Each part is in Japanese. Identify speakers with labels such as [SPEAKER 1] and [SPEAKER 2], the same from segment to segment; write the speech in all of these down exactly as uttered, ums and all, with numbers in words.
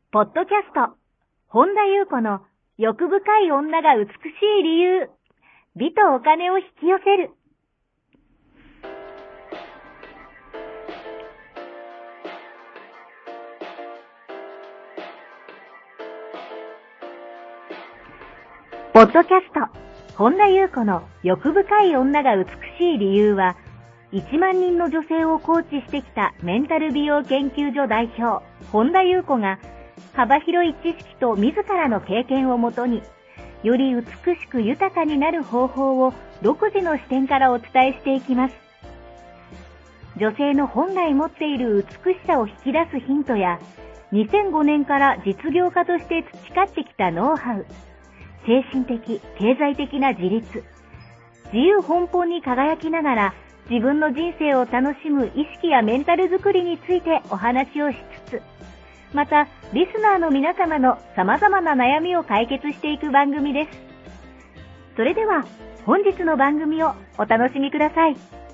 [SPEAKER 1] ポッドキャスト、本田裕子の欲深い女が美しい理由、美とお金を引き寄せる。ポッドキャスト、本田裕子の欲深い女が美しい理由は、いちまんにんの女性をコーチしてきたメンタル美容研究所代表、本田裕子が、幅広い知識と自らの経験をもとに、より美しく豊かになる方法を独自の視点からお伝えしていきます。女性の本来持っている美しさを引き出すヒントや、にせんごねんから実業家として培ってきたノウハウ、精神的、経済的な自立、自由奔放に輝きながら自分の人生を楽しむ意識やメンタルづくりについてお話をしつつ、またリスナーの皆様の様々な悩みを解決していく番組です。それでは本日の番組をお楽しみください。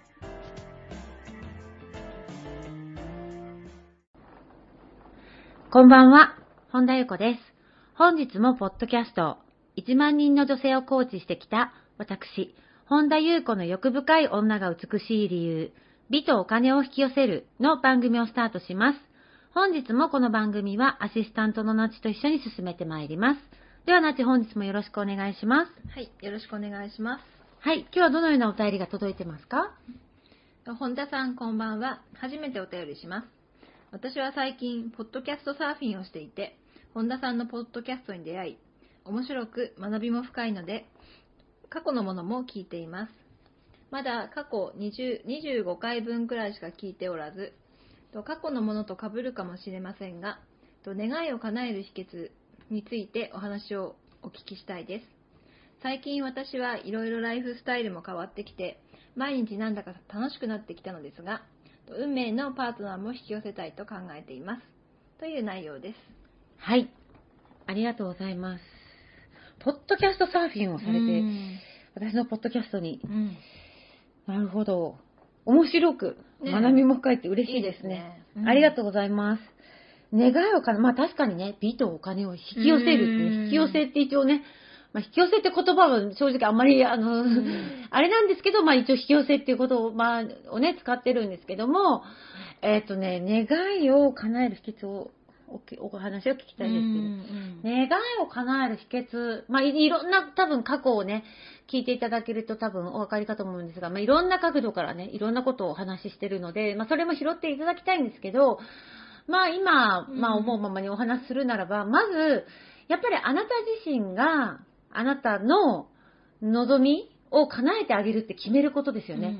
[SPEAKER 2] こんばんは、本田裕子です。本日もポッドキャストいちまんにんの女性をコーチしてきた私、本田裕子の欲深い女が美しい理由、美とお金を引き寄せるの番組をスタートします。本日もこの番組はアシスタントのなちと一緒に進めてまいります。ではなち、本日もよろしくお願いします。
[SPEAKER 3] はい、よろしくお願いします。
[SPEAKER 2] はい、今日はどのようなお便りが届いてますか？
[SPEAKER 3] 本田さん、こんばんは。初めてお便りします。私は最近、ポッドキャストサーフィンをしていて、本田さんのポッドキャストに出会い、面白く学びも深いので、過去のものも聞いています。まだ過去にじゅう、にじゅうごかいぶんくらいしか聞いておらず、過去のものと被るかもしれませんが、願いを叶える秘訣についてお話をお聞きしたいです。最近私はいろいろライフスタイルも変わってきて、毎日なんだか楽しくなってきたのですが、運命のパートナーも引き寄せたいと考えています。という内容です。
[SPEAKER 2] はい。ありがとうございます。ポッドキャストサーフィンをされて、私のポッドキャストに、うん、なるほど。面白く、学びも深いって嬉しいですね。いいですね、うん、ありがとうございます。願いをかな、まあ確かにね、美とお金を引き寄せるって、ね、引き寄せって一応ね、まあ、引き寄せって言葉は正直あんまり、あの、あれなんですけど、まあ一応引き寄せっていうことを、まあ、をね、使ってるんですけども、えっとね、願いを叶える秘訣を、お, お話を聞きたいですけど、うんうん、願いを叶える秘訣、まあい, いろんな多分過去をね、聞いていただけると多分お分かりかと思うんですが、まあいろんな角度からね、いろんなことをお話ししてるので、まあそれも拾っていただきたいんですけど、まあ今、まあ思うままにお話しするならば、まず、やっぱりあなた自身が、あなたの望みを叶えてあげるって決めることですよね。うんうんうん、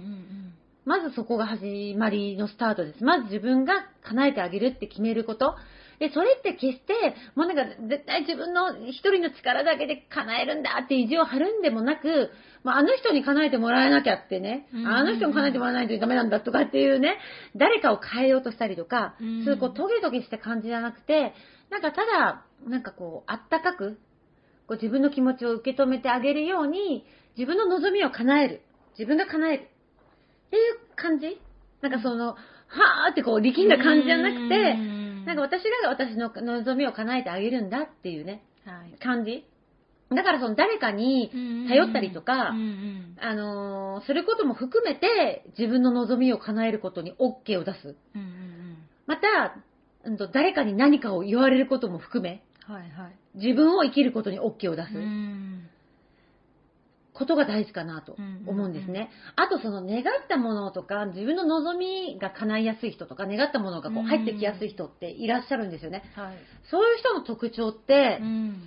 [SPEAKER 2] まずそこが始まりのスタートです。まず自分が叶えてあげるって決めること。で、それって決して、もうなんか絶対自分の一人の力だけで叶えるんだって意地を張るんでもなく、まあ、あの人に叶えてもらえなきゃってね、うんうんうん、あの人に叶えてもらわないとダメなんだとかっていうね、誰かを変えようとしたりとか、うん、そういうこうトゲトゲした感じじゃなくて、なんかただ、なんかこう、あったかく、こう自分の気持ちを受け止めてあげるように、自分の望みを叶える。自分が叶える。っていう感じ？なんかその、はーってこう力んだ感じじゃなくて、なんか私らが私の望みを叶えてあげるんだっていうね、はい、感じ。だからその誰かに頼ったりとか、うんうん、あのー、することも含めて自分の望みを叶えることに OK を出す。うんうんうん、また、うんと、誰かに何かを言われることも含め、はいはい、自分を生きることに OK を出す。うんことが大事かなと思うんですね。うんうんうん、あとその願ったものとか自分の望みが叶いやすい人とか願ったものがこう入ってきやすい人っていらっしゃるんですよね。はい、そういう人の特徴って、うん、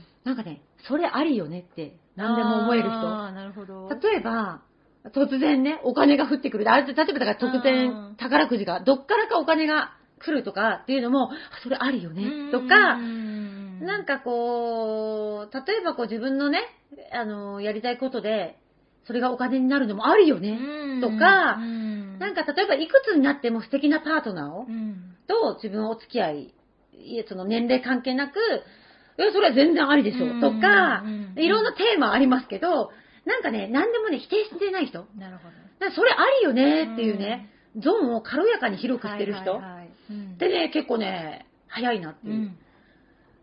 [SPEAKER 2] なんかね、それありよねって何でも思える人。あ、なるほど。例えば突然ね、お金が降ってくる。あれ例えばだから突然宝くじがどっからかお金が来るとかっていうのもそれありよねとか。なんかこう、例えばこう自分のね、あの、やりたいことで、それがお金になるのもあるよね、とか、なんか例えばいくつになっても素敵なパートナーを、と自分お付き合い、その年齢関係なく、いや、それは全然ありでしょ、とか、いろんなテーマありますけど、なんかね、何でもね、否定してない人。なるほど。だからそれありよね、っていうね、ゾーンを軽やかに広くしてる人。でね、結構ね、早いなっていう。うん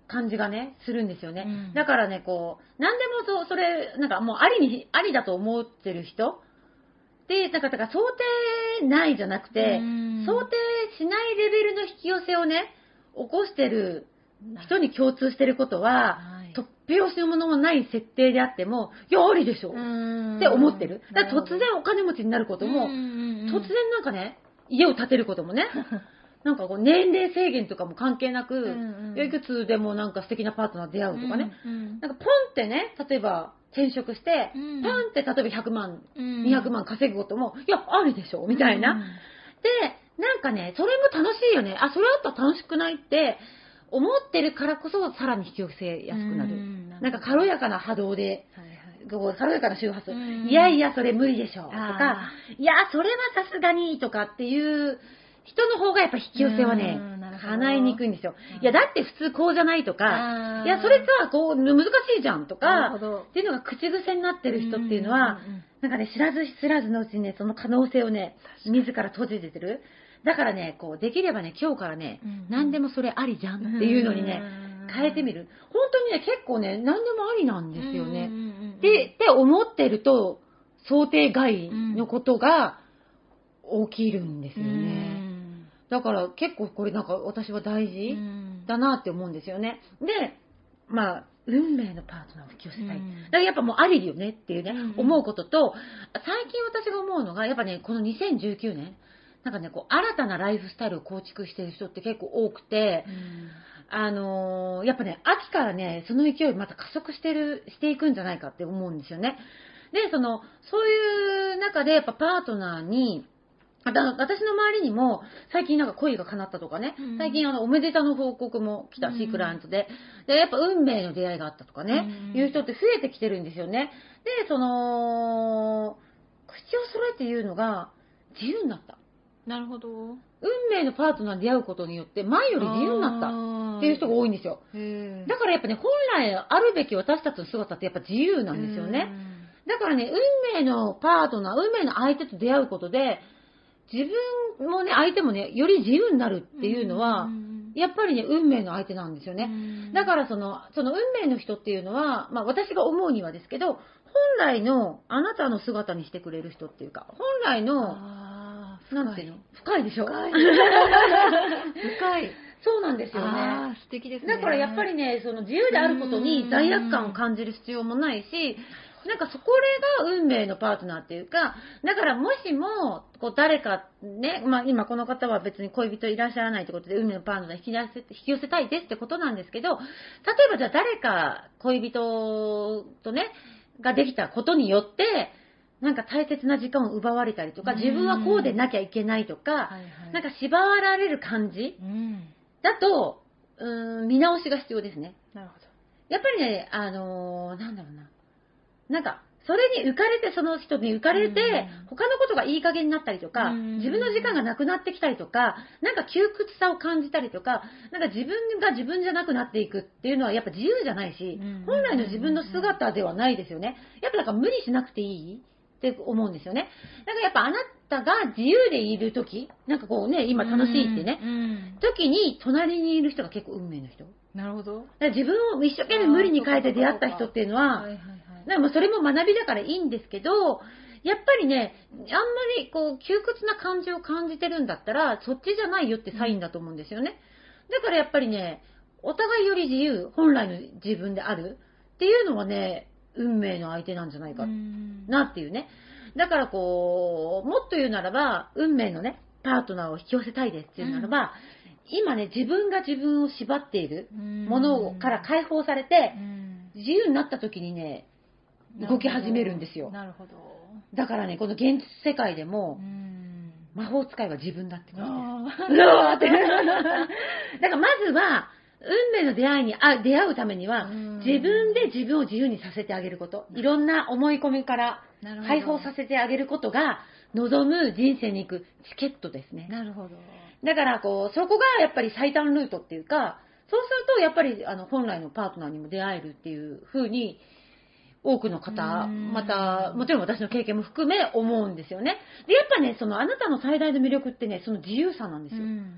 [SPEAKER 2] 感じがね、するんですよね。
[SPEAKER 3] うん、
[SPEAKER 2] だからね、こう、何でもそ、それ、なんかもうありに、ありだと思ってる人で、なんか、だから想定内じゃなくて、想定しないレベルの引き寄せをね、起こしてる人に共通してることは、はい、突拍子のものもない設定であっても、いや、ありでしょって思ってる。だから突然お金持ちになることも、突然なんかね、家を建てることもね、なんかこう年齢制限とかも関係なく、うんうん、いくつでもなんか素敵なパートナー出会うとかね、うんうん、なんかポンってね、例えば転職して、うん、ポンって例えばひゃくまん、うん、にひゃくまん稼ぐことも、いや、ありでしょみたいな、うん。で、なんかね、それも楽しいよね。あ、それあったら楽しくないって思ってるからこそ、さらに引き寄せやすくなる。うん、なんか軽やかな波動で、はいはい、軽やかな周波数、うん。いやいや、それ無理でしょとか、いや、それはさすがにとかっていう、人の方がやっぱ引き寄せはね、叶いにくいんですよ。いや、だって普通こうじゃないとか、いや、それさ、こう、難しいじゃんとか、っていうのが口癖になってる人っていうのは、なんかね、知らず知らずのうちにね、その可能性をね、自ら閉じててる。だからね、こう、できればね、今日からね、何でもそれありじゃんっていうのにね、変えてみる。本当にね、結構ね、何でもありなんですよね。で、って思ってると、想定外のことが起きるんですよね。だから結構これなんか私は大事だなって思うんですよね。で、まあ、運命のパートナーを引き寄せたい。だからやっぱもうありよねっていうね、思うことと、最近私が思うのが、やっぱね、このにせんじゅうきゅうねん、なんかね、こう、新たなライフスタイルを構築している人って結構多くて、あのー、やっぱね、秋からね、その勢いまた加速してる、していくんじゃないかって思うんですよね。で、その、そういう中でやっぱパートナーに、私の周りにも最近なんか恋が叶ったとかね、うん、最近あのおめでたの報告も来たし、うん、クライアントで、でやっぱ運命の出会いがあったとかね、うん、いう人って増えてきてるんですよね。で、その口を揃えて言うのが自由になった。
[SPEAKER 3] なるほど。
[SPEAKER 2] 運命のパートナーに出会うことによって前より自由になったっていう人が多いんですよ。だからやっぱね、本来あるべき私たちの姿ってやっぱ自由なんですよね。だからね、運命のパートナー、運命の相手と出会うことで自分もね、相手もね、より自由になるっていうのは、やっぱりね、運命の相手なんですよね。だからその、その運命の人っていうのは、まあ私が思うにはですけど、本来のあなたの姿にしてくれる人っていうか、本来の、なんていうの？深いでしょ？深い。深い。そうなんですよね。
[SPEAKER 3] あ素敵ですね。
[SPEAKER 2] だからやっぱりね、その自由であることに罪悪感を感じる必要もないし、なんかそこれが運命のパートナーっていうか、だからもしも、こう誰かね、まあ今この方は別に恋人いらっしゃらないってことで運命のパートナー引き出せ、引き寄せたいですってことなんですけど、例えばじゃあ誰か恋人とね、ができたことによって、なんか大切な時間を奪われたりとか、自分はこうでなきゃいけないとか、はいはい、なんか縛られる感じだと、うーん、見直しが必要ですね。
[SPEAKER 3] なるほど。
[SPEAKER 2] やっぱりね、あのー、なんだろうな。なんか、それに浮かれて、その人に浮かれて、他のことがいい加減になったりとか、自分の時間がなくなってきたりとか、なんか窮屈さを感じたりとか、なんか自分が自分じゃなくなっていくっていうのはやっぱ自由じゃないし、本来の自分の姿ではないですよね。やっぱなんか無理しなくていいって思うんですよね。だからやっぱあなたが自由でいるとき、なんかこうね、今楽しいってね、時に隣にいる人が結構運命の人。
[SPEAKER 3] なるほど。
[SPEAKER 2] だから自分を一生懸命無理に変えて出会った人っていうのは、でもそれも学びだからいいんですけど、やっぱりね、あんまりこう窮屈な感じを感じてるんだったら、そっちじゃないよってサインだと思うんですよね。だからやっぱりね、お互いより自由、本来の自分であるっていうのはね、運命の相手なんじゃないかなっていうね。だからこう、もっと言うならば、運命のね、パートナーを引き寄せたいですっていうならば、うん今ね、自分が自分を縛っているものから解放されて、自由になった時にね、動き始めるんですよ。
[SPEAKER 3] なるほど。
[SPEAKER 2] だからね、この現実世界でも、魔法使いは自分だってことです。うわーって。だからまずは、運命の出会いにあ出会うためには、自分で自分を自由にさせてあげること。いろんな思い込みから解放させてあげることが、望む人生に行くチケットですね。
[SPEAKER 3] なるほど。
[SPEAKER 2] だからこうそこがやっぱり最短ルートっていうか、そうするとやっぱりあの本来のパートナーにも出会えるっていう風に多くの方、またもちろん私の経験も含め思うんですよね。でやっぱね、そのあなたの最大の魅力ってね、その自由さなんですよ。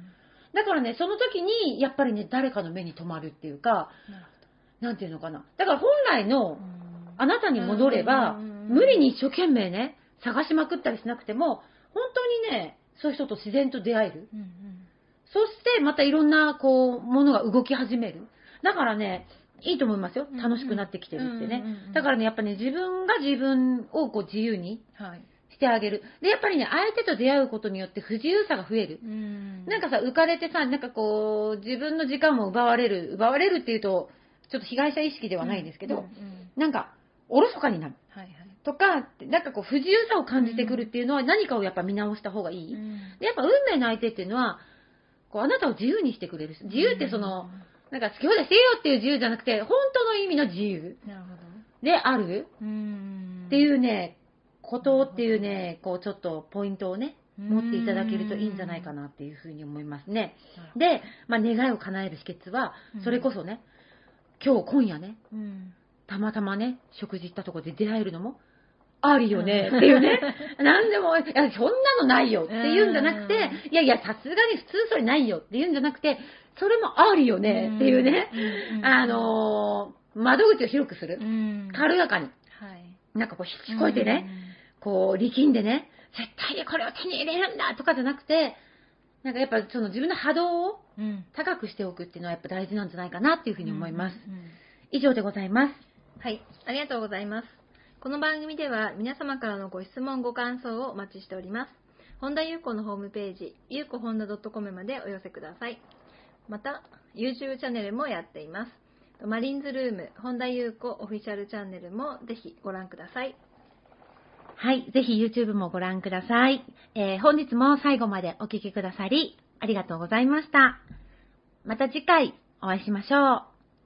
[SPEAKER 2] だからね、その時に、やっぱりね、誰かの目に留まるっていうか、なんていうのかな。だから本来の、あなたに戻れば、無理に一生懸命ね、探しまくったりしなくても、本当にね、そういう人と自然と出会える。うんうん、そしてまたいろんなこうものが動き始める。だからね、いいと思いますよ。楽しくなってきてるってね。だからね、やっぱね、自分が自分をこう自由にしてあげる。で、やっぱりね、相手と出会うことによって不自由さが増える。うんなんかさ、浮かれてさ、なんかこう、自分の時間も奪われる。奪われるっていうと、ちょっと被害者意識ではないですけど、うんうんうん、なんか、おろそかになる。はいはいとか、なんかこう不自由さを感じてくるっていうのは何かをやっぱ見直した方がいい。うん、でやっぱ運命の相手っていうのは、こうあなたを自由にしてくれる。自由ってその、なんか好き放題してよっていう自由じゃなくて、本当の意味の自由であるっていうね、ことっていうね、こうちょっとポイントをね、持っていただけるといいんじゃないかなっていうふうに思いますね。で、まあ、願いを叶える秘訣は、それこそね、今日今夜ね、たまたまね、食事行ったところで出会えるのも、あるよねっていうね。なんでも、いや、そんなのないよっていうんじゃなくて、いやいや、さすがに普通それないよっていうんじゃなくて、それもあるよねっていうね。あのー、窓口を広くする。軽やかに。なんかこう、引き越えてね、こう、力んでね、絶対にこれを手に入れるんだとかじゃなくて、なんかやっぱその自分の波動を高くしておくっていうのはやっぱ大事なんじゃないかなっていうふうに思います。以上でございます。
[SPEAKER 3] はい、ありがとうございます。この番組では皆様からのご質問ご感想をお待ちしております。本田裕子のホームページ、ゆうこほんだ .com までお寄せください。また YouTube チャンネルもやっています。マリンズルーム本田裕子オフィシャルチャンネルもぜひご覧ください。
[SPEAKER 2] はい、ぜひ YouTube もご覧ください。えー、本日も最後までお聞きくださりありがとうございました。また次回お会いしましょう。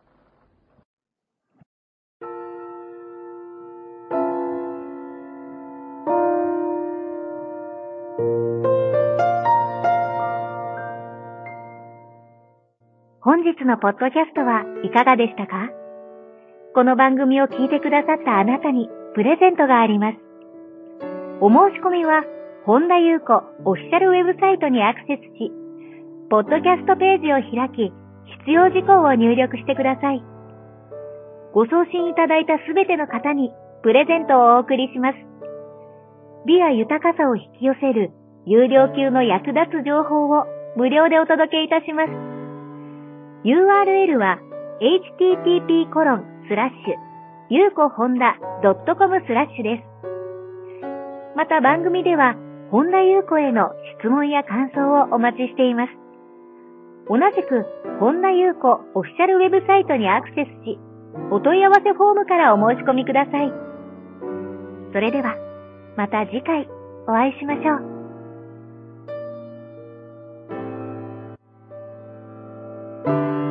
[SPEAKER 1] 本日のポッドキャストはいかがでしたか？この番組を聞いてくださったあなたにプレゼントがあります。お申し込みは、本田裕子オフィシャルウェブサイトにアクセスし、ポッドキャストページを開き、必要事項を入力してください。ご送信いただいたすべての方にプレゼントをお送りします。美や豊かさを引き寄せる有料級の役立つ情報を無料でお届けいたします。ユーアールエル は エイチティーティーピーコロンスラッシュゆうこほんだドットコム スラッシュです。また番組では本田裕子への質問や感想をお待ちしています。同じく本田裕子オフィシャルウェブサイトにアクセスし、お問い合わせフォームからお申し込みください。それではまた次回お会いしましょう。Thank you.